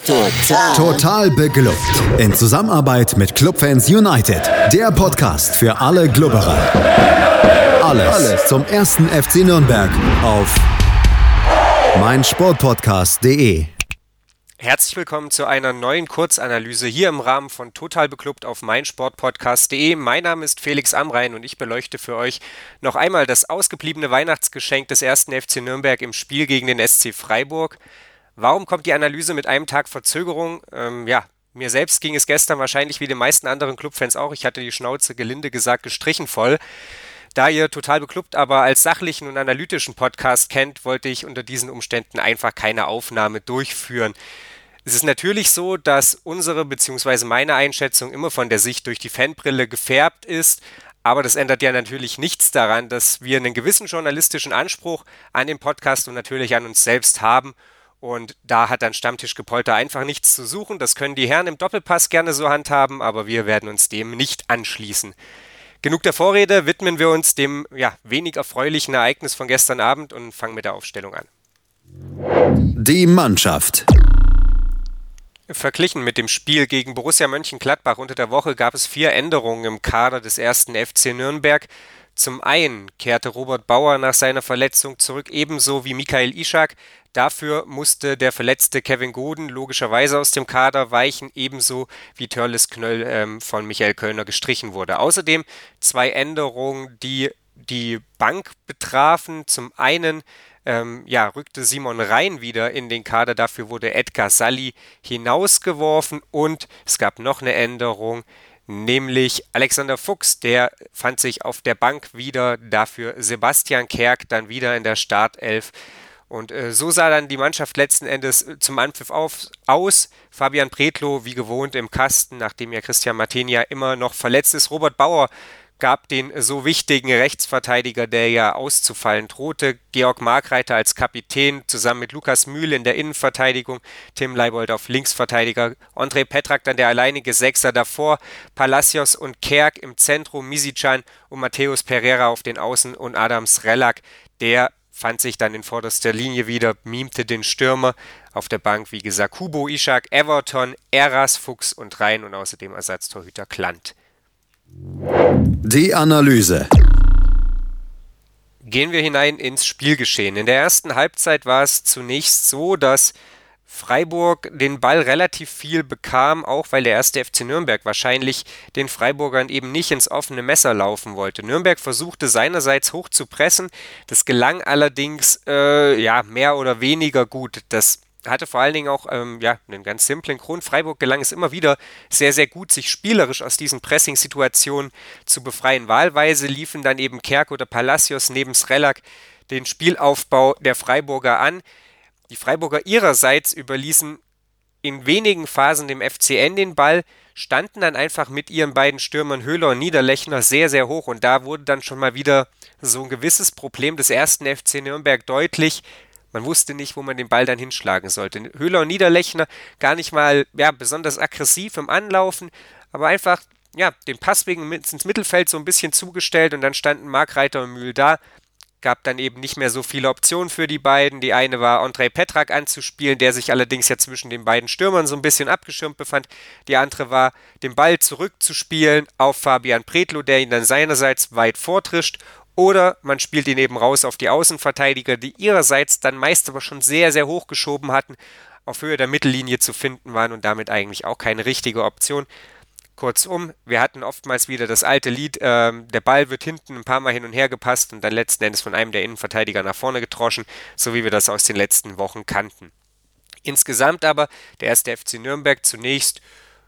Total beglückt. In Zusammenarbeit mit Clubfans United. Der Podcast für alle Glubberer. Alles zum ersten FC Nürnberg auf meinsportpodcast.de. Herzlich willkommen zu einer neuen Kurzanalyse hier im Rahmen von Total beklubbt auf meinsportpodcast.de. Mein Name ist Felix Amrain und ich beleuchte für euch noch einmal das ausgebliebene Weihnachtsgeschenk des ersten FC Nürnberg im Spiel gegen den SC Freiburg. Warum kommt die Analyse mit einem Tag Verzögerung? Mir selbst ging es gestern wahrscheinlich wie den meisten anderen Clubfans auch. Ich hatte die Schnauze, gelinde gesagt, gestrichen voll. Da ihr Total beklubbt aber als sachlichen und analytischen Podcast kennt, wollte ich unter diesen Umständen einfach keine Aufnahme durchführen. Es ist natürlich so, dass unsere bzw. meine Einschätzung immer von der Sicht durch die Fanbrille gefärbt ist, aber das ändert ja natürlich nichts daran, dass wir einen gewissen journalistischen Anspruch an den Podcast und natürlich an uns selbst haben. Und da hat dann Stammtischgepolter einfach nichts zu suchen. Das können die Herren im Doppelpass gerne so handhaben, aber wir werden uns dem nicht anschließen. Genug der Vorrede, widmen wir uns dem wenig erfreulichen Ereignis von gestern Abend und fangen mit der Aufstellung an. Die Mannschaft. Verglichen mit dem Spiel gegen Borussia Mönchengladbach unter der Woche gab es 4 Änderungen im Kader des ersten FC Nürnberg. Zum einen kehrte Robert Bauer nach seiner Verletzung zurück, ebenso wie Michael Ishak. Dafür musste der verletzte Kevin Goden logischerweise aus dem Kader weichen, ebenso wie Törles Knöll von Michael Kölner gestrichen wurde. Außerdem 2 Änderungen, die die Bank betrafen. Zum einen rückte Simon Rhein wieder in den Kader, dafür wurde Edgar Salli hinausgeworfen und es gab noch eine Änderung, nämlich Alexander Fuchs, der fand sich auf der Bank wieder, dafür Sebastian Kerk dann wieder in der Startelf. Und so sah dann die Mannschaft letzten Endes zum Anpfiff aus. Fabian Pretlo wie gewohnt im Kasten, nachdem ja Christian Martenia immer noch verletzt ist. Robert Bauer gab den so wichtigen Rechtsverteidiger, der ja auszufallen drohte, Georg Markreiter als Kapitän, zusammen mit Lukas Mühl in der Innenverteidigung, Tim Leibold auf Linksverteidiger, Ondrej Petrak dann der alleinige Sechser davor, Palacios und Kerk im Zentrum, Misicjan und Matthäus Pereira auf den Außen und Adam Srelak, der fand sich dann in vorderster Linie wieder, mimte den Stürmer. Auf der Bank, wie gesagt, Kubo, Ishak, Everton, Eras, Fuchs und Rhein und außerdem Ersatztorhüter Klant. Die Analyse. Gehen wir hinein ins Spielgeschehen. In der ersten Halbzeit war es zunächst so, dass Freiburg den Ball relativ viel bekam, auch weil der erste FC Nürnberg wahrscheinlich den Freiburgern eben nicht ins offene Messer laufen wollte. Nürnberg versuchte seinerseits hoch zu pressen, das gelang allerdings mehr oder weniger gut. Das hatte vor allen Dingen auch einen ganz simplen Grund. Freiburg gelang es immer wieder sehr, sehr gut, sich spielerisch aus diesen Pressing-Situationen zu befreien. Wahlweise liefen dann eben Kerk oder Palacios neben Srelak den Spielaufbau der Freiburger an. Die Freiburger ihrerseits überließen in wenigen Phasen dem FCN den Ball, standen dann einfach mit ihren beiden Stürmern Höhler und Niederlechner sehr, sehr hoch und da wurde dann schon mal wieder so ein gewisses Problem des ersten FC Nürnberg deutlich. Man wusste nicht, wo man den Ball dann hinschlagen sollte. Höhler und Niederlechner gar nicht mal besonders aggressiv im Anlaufen, aber einfach den Passweg ins Mittelfeld so ein bisschen zugestellt und dann standen Markreiter und Mühl da. Gab dann eben nicht mehr so viele Optionen für die beiden. Die eine war Ondrej Petrak anzuspielen, der sich allerdings ja zwischen den beiden Stürmern so ein bisschen abgeschirmt befand. Die andere war, den Ball zurückzuspielen auf Fabian Pretlo, der ihn dann seinerseits weit vortrischt. Oder man spielt ihn eben raus auf die Außenverteidiger, die ihrerseits dann meist aber schon sehr, sehr hoch geschoben hatten, auf Höhe der Mittellinie zu finden waren und damit eigentlich auch keine richtige Option. Kurzum, wir hatten oftmals wieder das alte Lied, der Ball wird hinten ein paar Mal hin und her gepasst und dann letzten Endes von einem der Innenverteidiger nach vorne getroschen, so wie wir das aus den letzten Wochen kannten. Insgesamt aber der erste FC Nürnberg zunächst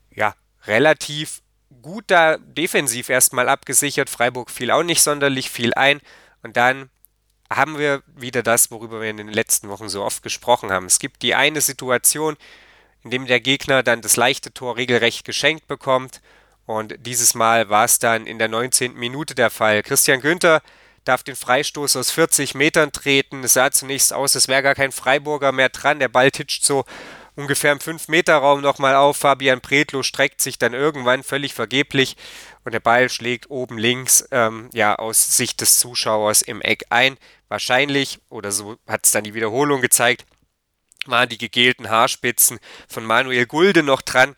relativ gut da defensiv erstmal abgesichert. Freiburg fiel auch nicht sonderlich viel ein und dann haben wir wieder das, worüber wir in den letzten Wochen so oft gesprochen haben. Es gibt die eine Situation, in dem der Gegner dann das leichte Tor regelrecht geschenkt bekommt. Und dieses Mal war es dann in der 19. Minute der Fall. Christian Günther darf den Freistoß aus 40 Metern treten. Es sah zunächst aus, es wäre gar kein Freiburger mehr dran. Der Ball titscht so ungefähr im 5-Meter-Raum nochmal auf. Fabian Pretlo streckt sich dann irgendwann völlig vergeblich und der Ball schlägt oben links aus Sicht des Zuschauers im Eck ein. Wahrscheinlich, oder so hat es dann die Wiederholung gezeigt, waren die gegelten Haarspitzen von Manuel Gulde noch dran,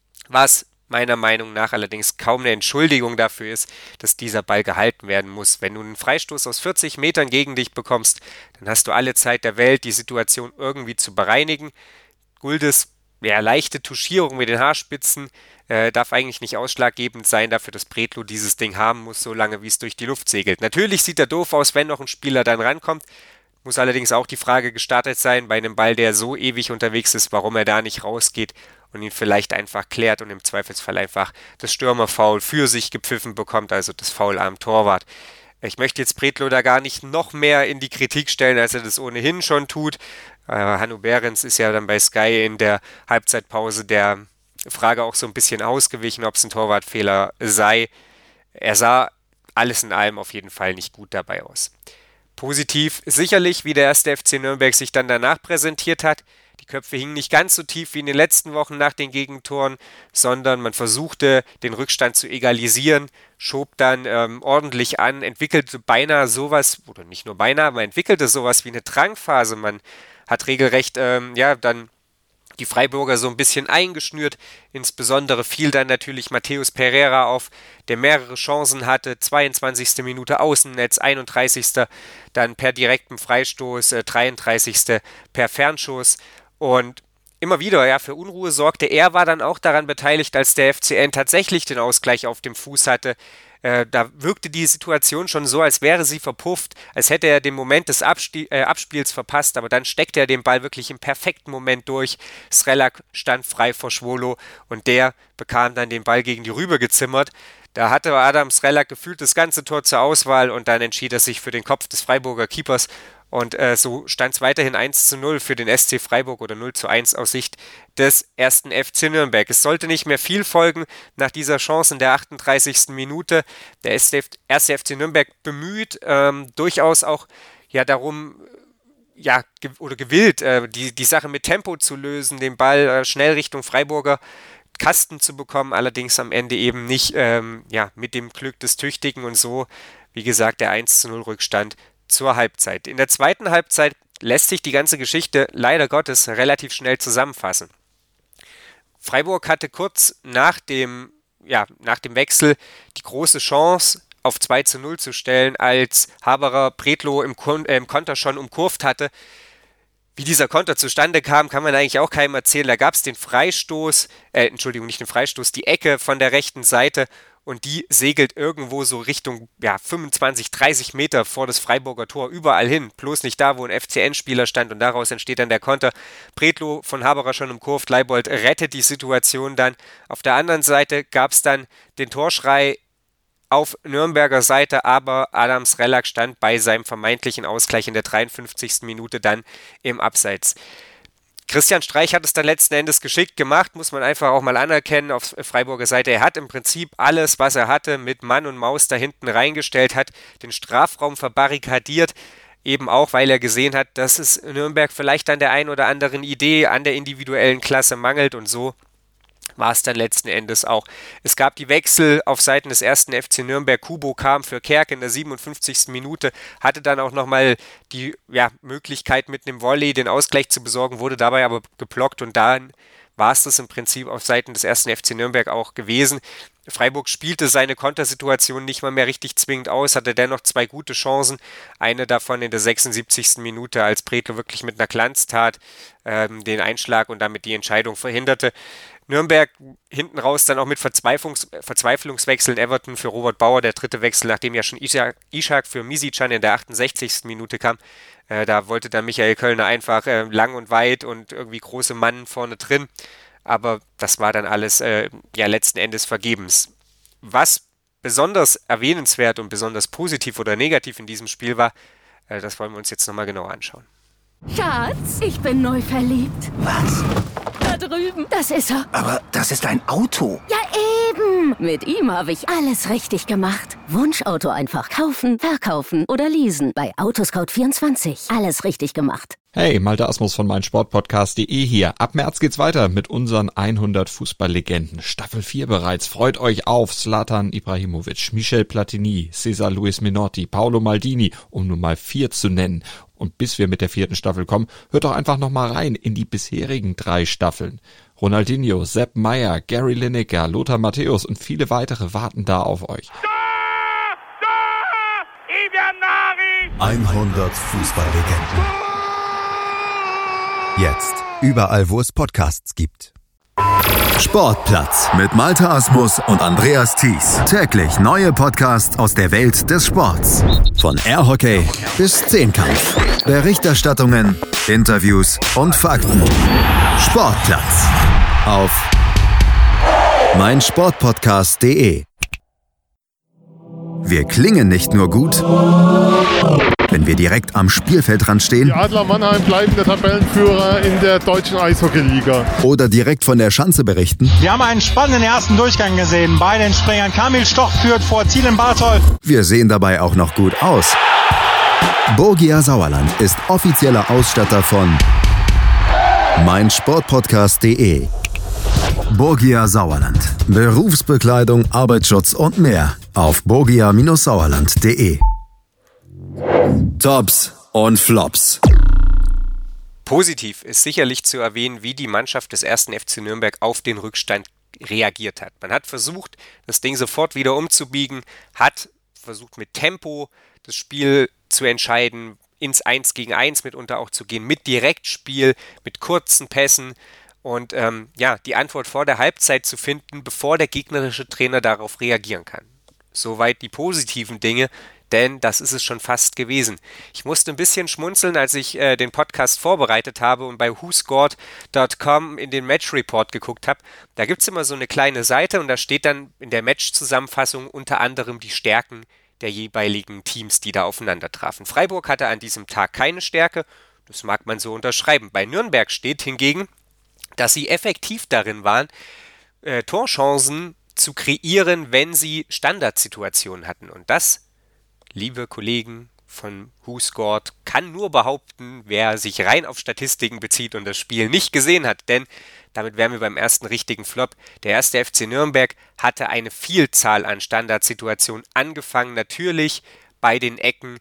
was meiner Meinung nach allerdings kaum eine Entschuldigung dafür ist, dass dieser Ball gehalten werden muss. Wenn du einen Freistoß aus 40 Metern gegen dich bekommst, dann hast du alle Zeit der Welt, die Situation irgendwie zu bereinigen. Guldes leichte Touchierung mit den Haarspitzen darf eigentlich nicht ausschlaggebend sein dafür, dass Bredlow dieses Ding haben muss, solange wie es durch die Luft segelt. Natürlich sieht er doof aus, wenn noch ein Spieler dann rankommt. Muss allerdings auch die Frage gestartet sein, bei einem Ball, der so ewig unterwegs ist, warum er da nicht rausgeht und ihn vielleicht einfach klärt und im Zweifelsfall einfach das Stürmerfoul für sich gepfiffen bekommt, also das Foul am Torwart. Ich möchte jetzt Bredlow da gar nicht noch mehr in die Kritik stellen, als er das ohnehin schon tut. Hanno Behrens ist ja dann bei Sky in der Halbzeitpause der Frage auch so ein bisschen ausgewichen, ob es ein Torwartfehler sei. Er sah alles in allem auf jeden Fall nicht gut dabei aus. Positiv sicherlich, wie der erste FC Nürnberg sich dann danach präsentiert hat. Die Köpfe hingen nicht ganz so tief wie in den letzten Wochen nach den Gegentoren, sondern man versuchte, den Rückstand zu egalisieren, schob dann ordentlich an, entwickelte beinahe sowas, oder nicht nur beinahe, man entwickelte sowas wie eine Drangphase. Man hat regelrecht dann die Freiburger so ein bisschen eingeschnürt. Insbesondere fiel dann natürlich Matheus Pereira auf, der mehrere Chancen hatte. 22. Minute Außennetz, 31. dann per direktem Freistoß, 33. per Fernschuss. Und immer wieder für Unruhe sorgte. Er war dann auch daran beteiligt, als der FCN tatsächlich den Ausgleich auf dem Fuß hatte. Da wirkte die Situation schon so, als wäre sie verpufft, als hätte er den Moment des Abspiels verpasst, aber dann steckte er den Ball wirklich im perfekten Moment durch. Srelak stand frei vor Schwolo und der bekam dann den Ball gegen die Rübe gezimmert. Da hatte Adam Srelak gefühlt das ganze Tor zur Auswahl und dann entschied er sich für den Kopf des Freiburger Keepers. Und so stand es weiterhin 1:0 für den SC Freiburg oder 0:1 aus Sicht des ersten FC Nürnberg. Es sollte nicht mehr viel folgen nach dieser Chance in der 38. Minute. Der erste FC Nürnberg bemüht, durchaus auch darum, oder gewillt, die Sache mit Tempo zu lösen, den Ball schnell Richtung Freiburger Kasten zu bekommen, allerdings am Ende eben nicht mit dem Glück des Tüchtigen und so, wie gesagt, der 1:0 Rückstand zur Halbzeit. In der zweiten Halbzeit lässt sich die ganze Geschichte leider Gottes relativ schnell zusammenfassen. Freiburg hatte kurz nach dem Wechsel die große Chance, auf 2:0 zu stellen, als Haberer Bredlow im Konter schon umkurvt hatte. Wie dieser Konter zustande kam, kann man eigentlich auch keinem erzählen. Da gab es den Freistoß, die Ecke von der rechten Seite und die segelt irgendwo so Richtung 25, 30 Meter vor das Freiburger Tor überall hin. Bloß nicht da, wo ein FCN-Spieler stand und daraus entsteht dann der Konter. Bredlow von Haberer schon umkurvt, Leibold rettet die Situation dann. Auf der anderen Seite gab es dann den Torschrei auf Nürnberger Seite, aber Adam Srelak stand bei seinem vermeintlichen Ausgleich in der 53. Minute dann im Abseits. Christian Streich hat es dann letzten Endes geschickt gemacht, muss man einfach auch mal anerkennen auf Freiburger Seite. Er hat im Prinzip alles, was er hatte, mit Mann und Maus da hinten reingestellt, hat den Strafraum verbarrikadiert, eben auch, weil er gesehen hat, dass es Nürnberg vielleicht an der einen oder anderen Idee, an der individuellen Klasse mangelt und so war es dann letzten Endes auch. Es gab die Wechsel auf Seiten des ersten FC Nürnberg. Kubo kam für Kerk in der 57. Minute, hatte dann auch nochmal die Möglichkeit mit einem Volley den Ausgleich zu besorgen, wurde dabei aber geblockt und dann war es das im Prinzip auf Seiten des ersten FC Nürnberg auch gewesen. Freiburg spielte seine Kontersituation nicht mal mehr richtig zwingend aus, hatte dennoch 2 gute Chancen. Eine davon in der 76. Minute, als Bredlow wirklich mit einer Glanztat den Einschlag und damit die Entscheidung verhinderte. Nürnberg hinten raus dann auch mit Verzweiflungswechseln. Everton für Robert Bauer, der dritte Wechsel, nachdem ja schon Ishak für Misicjan in der 68. Minute kam. Da wollte dann Michael Kölner einfach lang und weit und irgendwie große Mann vorne drin. Aber das war dann alles letzten Endes vergebens. Was besonders erwähnenswert und besonders positiv oder negativ in diesem Spiel war, das wollen wir uns jetzt nochmal genauer anschauen. Schatz, ich bin neu verliebt. Was? Da drüben. Das ist er. Aber das ist ein Auto. Ja, eben. Mit ihm habe ich alles richtig gemacht. Wunschauto einfach kaufen, verkaufen oder leasen. Bei Autoscout24. Alles richtig gemacht. Hey, Malte Asmus von meinsportpodcast.de hier. Ab März geht's weiter mit unseren 100 Fußballlegenden. Staffel 4 bereits. Freut euch auf Zlatan Ibrahimovic, Michel Platini, Cesar Luis Menotti, Paolo Maldini, um nur mal 4 zu nennen. Und bis wir mit der 4. Staffel kommen, hört doch einfach nochmal rein in die bisherigen 3 Staffeln. Ronaldinho, Sepp Maier, Gary Lineker, Lothar Matthäus und viele weitere warten da auf euch. 100 Fußballlegenden. Jetzt überall, wo es Podcasts gibt. Sportplatz mit Malte Asmus und Andreas Thies. Täglich neue Podcasts aus der Welt des Sports. Von Airhockey bis Zehnkampf. Berichterstattungen, Interviews und Fakten. Sportplatz auf meinsportpodcast.de. Wir klingen nicht nur gut, wenn wir direkt am Spielfeldrand stehen. Die Adler Mannheim bleiben der Tabellenführer in der deutschen Eishockeyliga. Oder direkt von der Schanze berichten. Wir haben einen spannenden ersten Durchgang gesehen. Bei den Springern Kamil Stoch führt vor Ziel in Bartol. Wir sehen dabei auch noch gut aus. Borgia Sauerland ist offizieller Ausstatter von meinsportpodcast.de. Borgia Sauerland. Berufsbekleidung, Arbeitsschutz und mehr auf borgia-sauerland.de. Tops und Flops. Positiv ist sicherlich zu erwähnen, wie die Mannschaft des 1. FC Nürnberg auf den Rückstand reagiert hat. Man hat versucht, das Ding sofort wieder umzubiegen, hat versucht mit Tempo das Spiel zu entscheiden, ins 1 gegen 1 mitunter auch zu gehen, mit Direktspiel, mit kurzen Pässen und die Antwort vor der Halbzeit zu finden, bevor der gegnerische Trainer darauf reagieren kann. Soweit die positiven Dinge, denn das ist es schon fast gewesen. Ich musste ein bisschen schmunzeln, als ich den Podcast vorbereitet habe und bei whoscored.com in den Match-Report geguckt habe. Da gibt es immer so eine kleine Seite und da steht dann in der Match-Zusammenfassung unter anderem die Stärken der jeweiligen Teams, die da aufeinander trafen. Freiburg hatte an diesem Tag keine Stärke, das mag man so unterschreiben. Bei Nürnberg steht hingegen, dass sie effektiv darin waren, Torchancen zu kreieren, wenn sie Standardsituationen hatten. Und das, liebe Kollegen von WhoScored, kann nur behaupten, wer sich rein auf Statistiken bezieht und das Spiel nicht gesehen hat, denn damit wären wir beim ersten richtigen Flop. Der 1. FC Nürnberg hatte eine Vielzahl an Standardsituationen, angefangen natürlich bei den Ecken.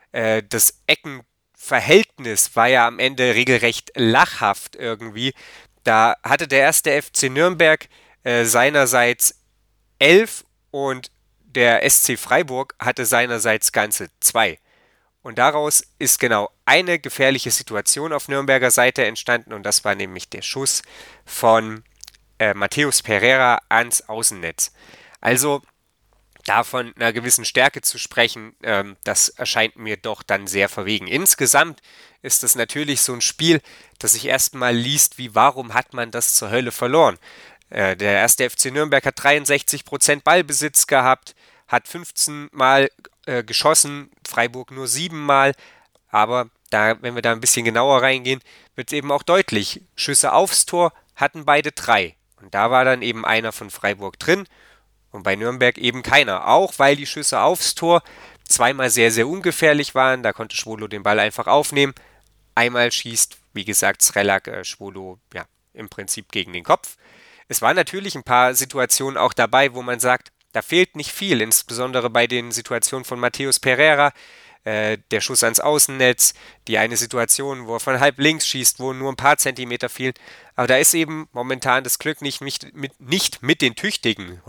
Das Eckenverhältnis war ja am Ende regelrecht lachhaft irgendwie. Da hatte der 1. FC Nürnberg seinerseits 11 und der SC Freiburg hatte seinerseits ganze 2. Und daraus ist genau eine gefährliche Situation auf Nürnberger Seite entstanden und das war nämlich der Schuss von Matheus Pereira ans Außennetz. Also davon einer gewissen Stärke zu sprechen, das erscheint mir doch dann sehr verwegen. Insgesamt ist es natürlich so ein Spiel, das sich erstmal liest wie, warum hat man das zur Hölle verloren? Der 1. FC Nürnberg hat 63% Ballbesitz gehabt, hat 15 Mal geschossen, Freiburg nur 7 Mal, aber wenn wir da ein bisschen genauer reingehen, wird es eben auch deutlich. Schüsse aufs Tor hatten beide 3 und da war dann eben einer von Freiburg drin und bei Nürnberg eben keiner, auch weil die Schüsse aufs Tor zweimal sehr, sehr ungefährlich waren, da konnte Schwolo den Ball einfach aufnehmen, einmal schießt, wie gesagt, Srelak Schwolo im Prinzip gegen den Kopf. Es waren natürlich ein paar Situationen auch dabei, wo man sagt, da fehlt nicht viel, insbesondere bei den Situationen von Matheus Pereira, der Schuss ans Außennetz, die eine Situation, wo er von halb links schießt, wo nur ein paar Zentimeter fehlen. Aber da ist eben momentan das Glück nicht mit den Tüchtigen,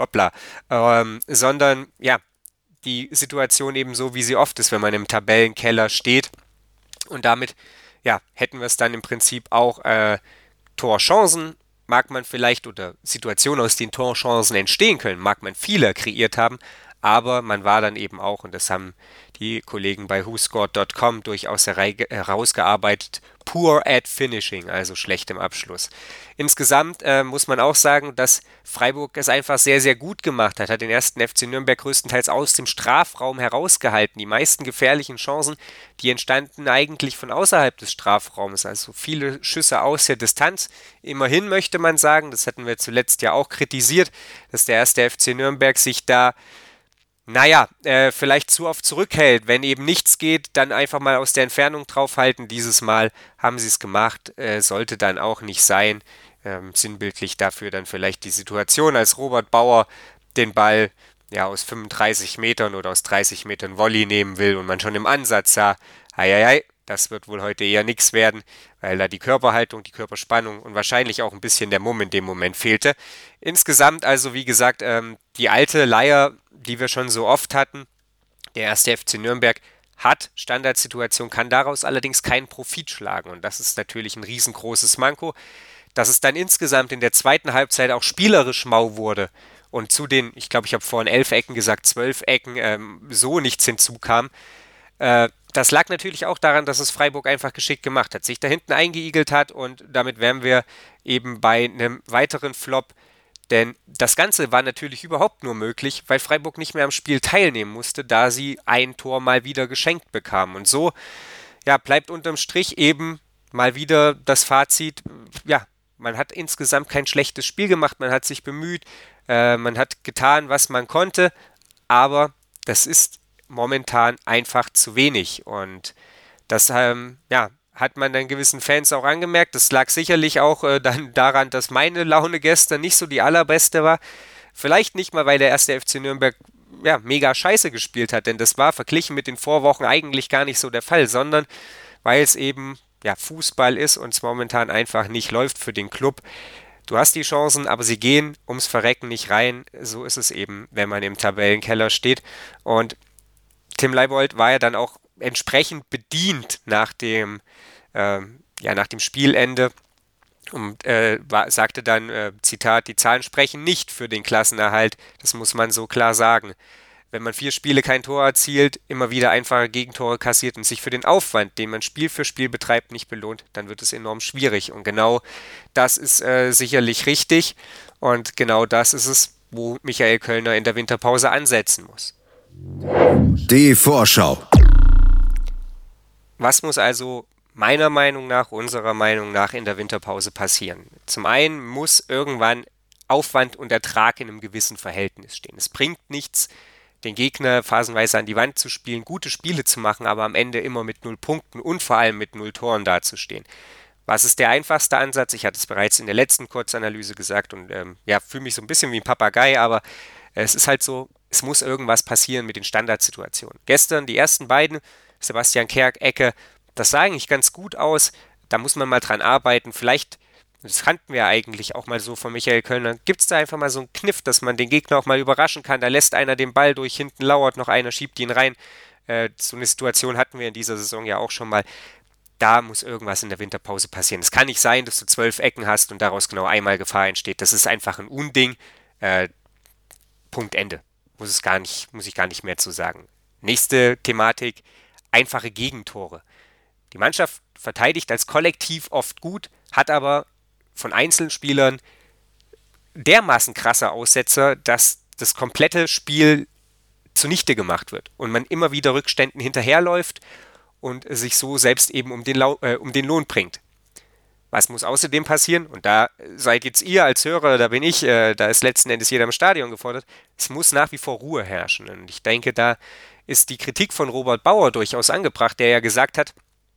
sondern die Situation eben so, wie sie oft ist, wenn man im Tabellenkeller steht. Und damit hätten wir es dann im Prinzip auch Torchancen, mag man vielleicht, oder Situationen, aus denen Torchancen entstehen können, mag man viele kreiert haben, aber man war dann eben auch, und das haben die Kollegen bei whoscored.com durchaus herausgearbeitet, poor at finishing, also schlecht im Abschluss. Insgesamt muss man auch sagen, dass Freiburg es einfach sehr, sehr gut gemacht hat den 1. FC Nürnberg größtenteils aus dem Strafraum herausgehalten. Die meisten gefährlichen Chancen, die entstanden eigentlich von außerhalb des Strafraums, also viele Schüsse aus der Distanz. Immerhin möchte man sagen, das hatten wir zuletzt ja auch kritisiert, dass der 1. FC Nürnberg sich da vielleicht zu oft zurückhält. Wenn eben nichts geht, dann einfach mal aus der Entfernung draufhalten. Dieses Mal haben sie es gemacht, sollte dann auch nicht sein. Sinnbildlich dafür dann vielleicht die Situation, als Robert Bauer den Ball aus 35 Metern oder aus 30 Metern Volley nehmen will und man schon im Ansatz sah, das wird wohl heute eher nichts werden, weil da die Körperhaltung, die Körperspannung und wahrscheinlich auch ein bisschen der Mumm in dem Moment fehlte. Insgesamt also, wie gesagt, die alte Leier, die wir schon so oft hatten, der erste FC Nürnberg hat Standardsituation, kann daraus allerdings keinen Profit schlagen. Und das ist natürlich ein riesengroßes Manko. Dass es dann insgesamt in der zweiten Halbzeit auch spielerisch mau wurde und zu den, ich glaube, ich habe vorhin 11 Ecken gesagt, 12 Ecken so nichts hinzukam. Das lag natürlich auch daran, dass es Freiburg einfach geschickt gemacht hat, sich da hinten eingeigelt hat und damit wären wir eben bei einem weiteren Flop. Denn das Ganze war natürlich überhaupt nur möglich, weil Freiburg nicht mehr am Spiel teilnehmen musste, da sie ein Tor mal wieder geschenkt bekamen. Und so bleibt unterm Strich eben mal wieder das Fazit, man hat insgesamt kein schlechtes Spiel gemacht, man hat sich bemüht, man hat getan, was man konnte, aber das ist momentan einfach zu wenig. Und das hat man dann gewissen Fans auch angemerkt. Das lag sicherlich auch dann daran, dass meine Laune gestern nicht so die allerbeste war. Vielleicht nicht mal, weil der erste FC Nürnberg mega scheiße gespielt hat, denn das war verglichen mit den Vorwochen eigentlich gar nicht so der Fall, sondern weil es eben Fußball ist und es momentan einfach nicht läuft für den Club. Du hast die Chancen, aber sie gehen ums Verrecken nicht rein. So ist es eben, wenn man im Tabellenkeller steht. Und Tim Leibold war ja dann auch entsprechend bedient nach dem Spielende und sagte dann, Zitat, die Zahlen sprechen nicht für den Klassenerhalt. Das muss man so klar sagen. Wenn man 4 Spiele kein Tor erzielt, immer wieder einfache Gegentore kassiert und sich für den Aufwand, den man Spiel für Spiel betreibt, nicht belohnt, dann wird es enorm schwierig. Und genau das ist sicherlich richtig. Und genau das ist es, wo Michael Kölner in der Winterpause ansetzen muss. Die Vorschau. Was muss also meiner Meinung nach, unserer Meinung nach in der Winterpause passieren? Zum einen muss irgendwann Aufwand und Ertrag in einem gewissen Verhältnis stehen. Es bringt nichts, den Gegner phasenweise an die Wand zu spielen, gute Spiele zu machen, aber am Ende immer mit 0 Punkten und vor allem mit 0 Toren dazustehen. Was ist der einfachste Ansatz? Ich hatte es bereits in der letzten Kurzanalyse gesagt und fühle mich so ein bisschen wie ein Papagei, aber es ist halt so, es muss irgendwas passieren mit den Standardsituationen. Gestern die ersten beiden, Sebastian Kerk, Ecke, das sah eigentlich ganz gut aus, da muss man mal dran arbeiten, vielleicht, das kannten wir eigentlich auch mal so von Michael Kölner, gibt es da einfach mal so einen Kniff, dass man den Gegner auch mal überraschen kann, da lässt einer den Ball durch, hinten lauert noch einer, schiebt ihn rein, so eine Situation hatten wir in dieser Saison ja auch schon mal. Da muss irgendwas in der Winterpause passieren. Es kann nicht sein, dass du 12 Ecken hast und daraus genau einmal Gefahr entsteht. Das ist einfach ein Unding. Punkt, Ende. Muss ich gar nicht mehr zu sagen. Nächste Thematik, einfache Gegentore. Die Mannschaft verteidigt als Kollektiv oft gut, hat aber von Einzelspielern dermaßen krasse Aussetzer, dass das komplette Spiel zunichte gemacht wird und man immer wieder Rückständen hinterherläuft und sich so selbst eben um den Lohn bringt. Was muss außerdem passieren? Und da seid jetzt ihr als Hörer, da bin ich, da ist letzten Endes jeder im Stadion gefordert. Es muss nach wie vor Ruhe herrschen. Und ich denke, da ist die Kritik von Robert Bauer durchaus angebracht, der ja gesagt hat,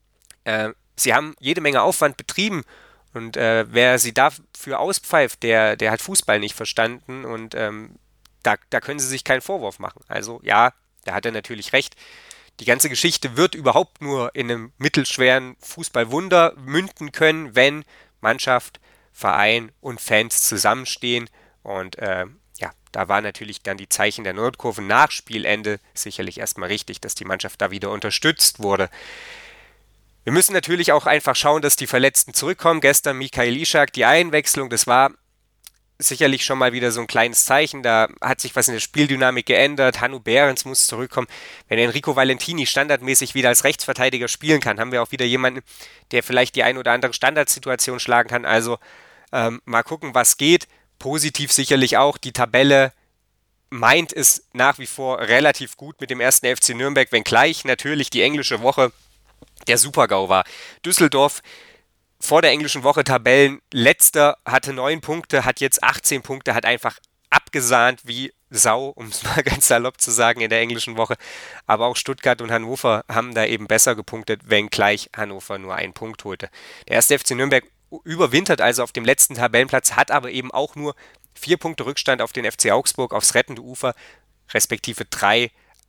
sie haben jede Menge Aufwand betrieben und wer sie dafür auspfeift, der hat Fußball nicht verstanden und da können sie sich keinen Vorwurf machen. Also ja, da hat er natürlich recht. Die ganze Geschichte wird überhaupt nur in einem mittelschweren Fußballwunder münden können, wenn Mannschaft, Verein und Fans zusammenstehen. Und da war natürlich dann die Zeichen der Nordkurve nach Spielende sicherlich erstmal richtig, dass die Mannschaft da wieder unterstützt wurde. Wir müssen natürlich auch einfach schauen, dass die Verletzten zurückkommen. Gestern Mikael Ishak, die Einwechslung, das war sicherlich schon mal wieder so ein kleines Zeichen, da hat sich was in der Spieldynamik geändert, Hanno Behrens muss zurückkommen, wenn Enrico Valentini standardmäßig wieder als Rechtsverteidiger spielen kann, haben wir auch wieder jemanden, der vielleicht die ein oder andere Standardsituation schlagen kann, also mal gucken, was geht, positiv sicherlich auch, die Tabelle meint es nach wie vor relativ gut mit dem ersten FC Nürnberg, wenngleich natürlich die englische Woche der Super-GAU war. Düsseldorf vor der englischen Woche Tabellenletzter, hatte 9 Punkte, hat jetzt 18 Punkte, hat einfach abgesahnt wie Sau, um es mal ganz salopp zu sagen, in der englischen Woche. Aber auch Stuttgart und Hannover haben da eben besser gepunktet, wenngleich Hannover nur 1 Punkt holte. Der erste FC Nürnberg überwintert also auf dem letzten Tabellenplatz, hat aber eben auch nur 4 Punkte Rückstand auf den FC Augsburg, aufs rettende Ufer, respektive 3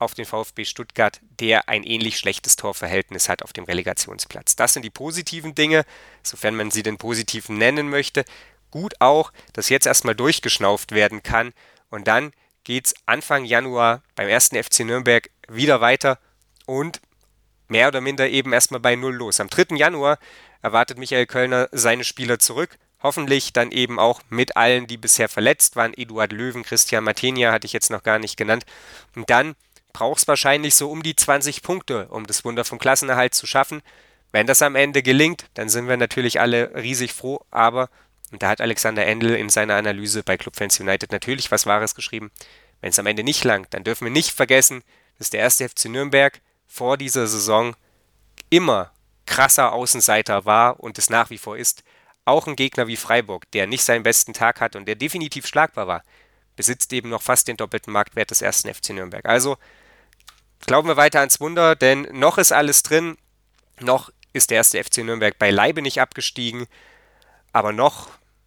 auf den VfB Stuttgart, der ein ähnlich schlechtes Torverhältnis hat auf dem Relegationsplatz. Das sind die positiven Dinge, sofern man sie den positiven nennen möchte. Gut auch, dass jetzt erstmal durchgeschnauft werden kann und dann geht es Anfang Januar beim 1. FC Nürnberg wieder weiter und mehr oder minder eben erstmal bei 0 los. Am 3. Januar erwartet Michael Kölner seine Spieler zurück. Hoffentlich dann eben auch mit allen, die bisher verletzt waren. Eduard Löwen, Christian Matenia hatte ich jetzt noch gar nicht genannt. Und dann braucht es wahrscheinlich so um die 20 Punkte, um das Wunder vom Klassenerhalt zu schaffen. Wenn das am Ende gelingt, dann sind wir natürlich alle riesig froh. Aber, und da hat Alexander Endl in seiner Analyse bei Clubfans United natürlich was Wahres geschrieben, wenn es am Ende nicht langt, dann dürfen wir nicht vergessen, dass der 1. FC Nürnberg vor dieser Saison immer krasser Außenseiter war und es nach wie vor ist. Auch ein Gegner wie Freiburg, der nicht seinen besten Tag hat und der definitiv schlagbar war, besitzt eben noch fast den doppelten Marktwert des 1. FC Nürnberg. Also glauben wir weiter ans Wunder, denn noch ist alles drin, noch ist der 1. FC Nürnberg beileibe nicht abgestiegen, aber noch,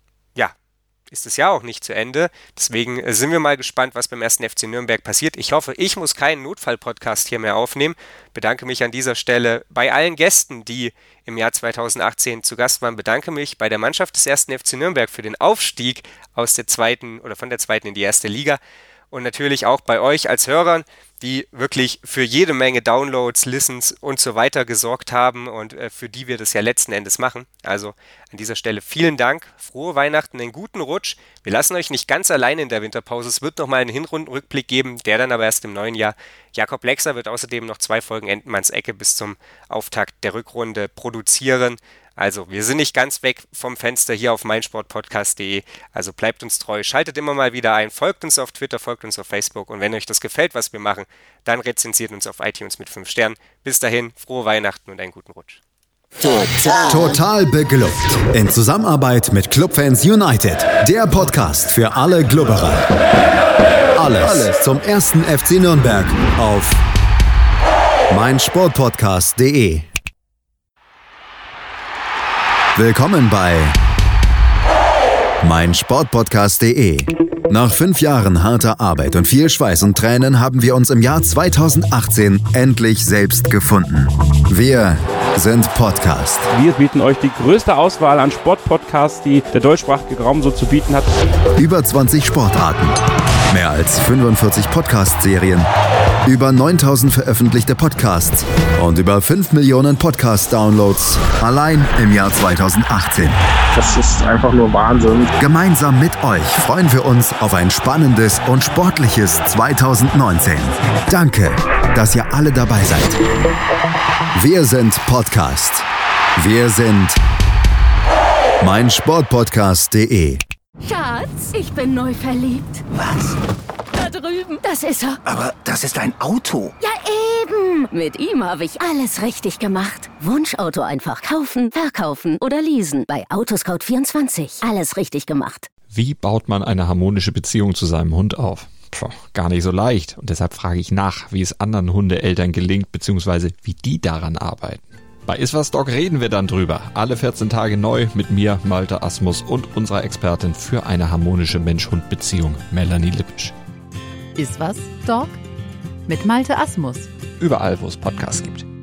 ist das Jahr auch nicht zu Ende. Deswegen sind wir mal gespannt, was beim 1. FC Nürnberg passiert. Ich hoffe, ich muss keinen Notfall-Podcast hier mehr aufnehmen. Bedanke mich an dieser Stelle bei allen Gästen, die im Jahr 2018 zu Gast waren. Bedanke mich bei der Mannschaft des 1. FC Nürnberg für den Aufstieg aus der zweiten oder von der zweiten in die erste Liga. Und natürlich auch bei euch als Hörern, die wirklich für jede Menge Downloads, Listens und so weiter gesorgt haben und für die wir das ja letzten Endes machen. Also an dieser Stelle vielen Dank, frohe Weihnachten, einen guten Rutsch. Wir lassen euch nicht ganz allein in der Winterpause. Es wird nochmal einen Hinrundenrückblick geben, der dann aber erst im neuen Jahr. Jakob Lexer wird außerdem noch 2 Folgen Entenmanns Ecke bis zum Auftakt der Rückrunde produzieren. Also, wir sind nicht ganz weg vom Fenster hier auf meinsportpodcast.de. Also bleibt uns treu, schaltet immer mal wieder ein, folgt uns auf Twitter, folgt uns auf Facebook und wenn euch das gefällt, was wir machen, dann rezensiert uns auf iTunes mit 5 Sternen. Bis dahin, frohe Weihnachten und einen guten Rutsch. Total beglückt. In Zusammenarbeit mit Clubfans United. Der Podcast für alle Glubberer. Alles zum 1. FC Nürnberg auf meinsportpodcast.de. Willkommen bei meinsportpodcast.de. Nach 5 Jahren harter Arbeit und viel Schweiß und Tränen haben wir uns im Jahr 2018 endlich selbst gefunden. Wir sind Podcast. Wir bieten euch die größte Auswahl an Sportpodcasts, die der deutschsprachige Raum so zu bieten hat. Über 20 Sportarten, mehr als 45 Podcast-Serien, über 9000 veröffentlichte Podcasts und über 5 Millionen Podcast-Downloads allein im Jahr 2018. Das ist einfach nur Wahnsinn. Gemeinsam mit euch freuen wir uns auf ein spannendes und sportliches 2019. Danke, dass ihr alle dabei seid. Wir sind Podcast. Wir sind meinsportpodcast.de. Schatz, ich bin neu verliebt. Was? Da drüben. Das ist er. Aber das ist ein Auto. Ja, eben. Mit ihm habe ich alles richtig gemacht. Wunschauto einfach kaufen, verkaufen oder leasen. Bei Autoscout24. Alles richtig gemacht. Wie baut man eine harmonische Beziehung zu seinem Hund auf? Gar nicht so leicht. Und deshalb frage ich nach, wie es anderen Hundeeltern gelingt, beziehungsweise wie die daran arbeiten. Bei Iswas Dog reden wir dann drüber. Alle 14 Tage neu mit mir, Malte Asmus und unserer Expertin für eine harmonische Mensch-Hund-Beziehung, Melanie Lippisch. Iswas Dog mit Malte Asmus. Überall, wo es Podcasts gibt.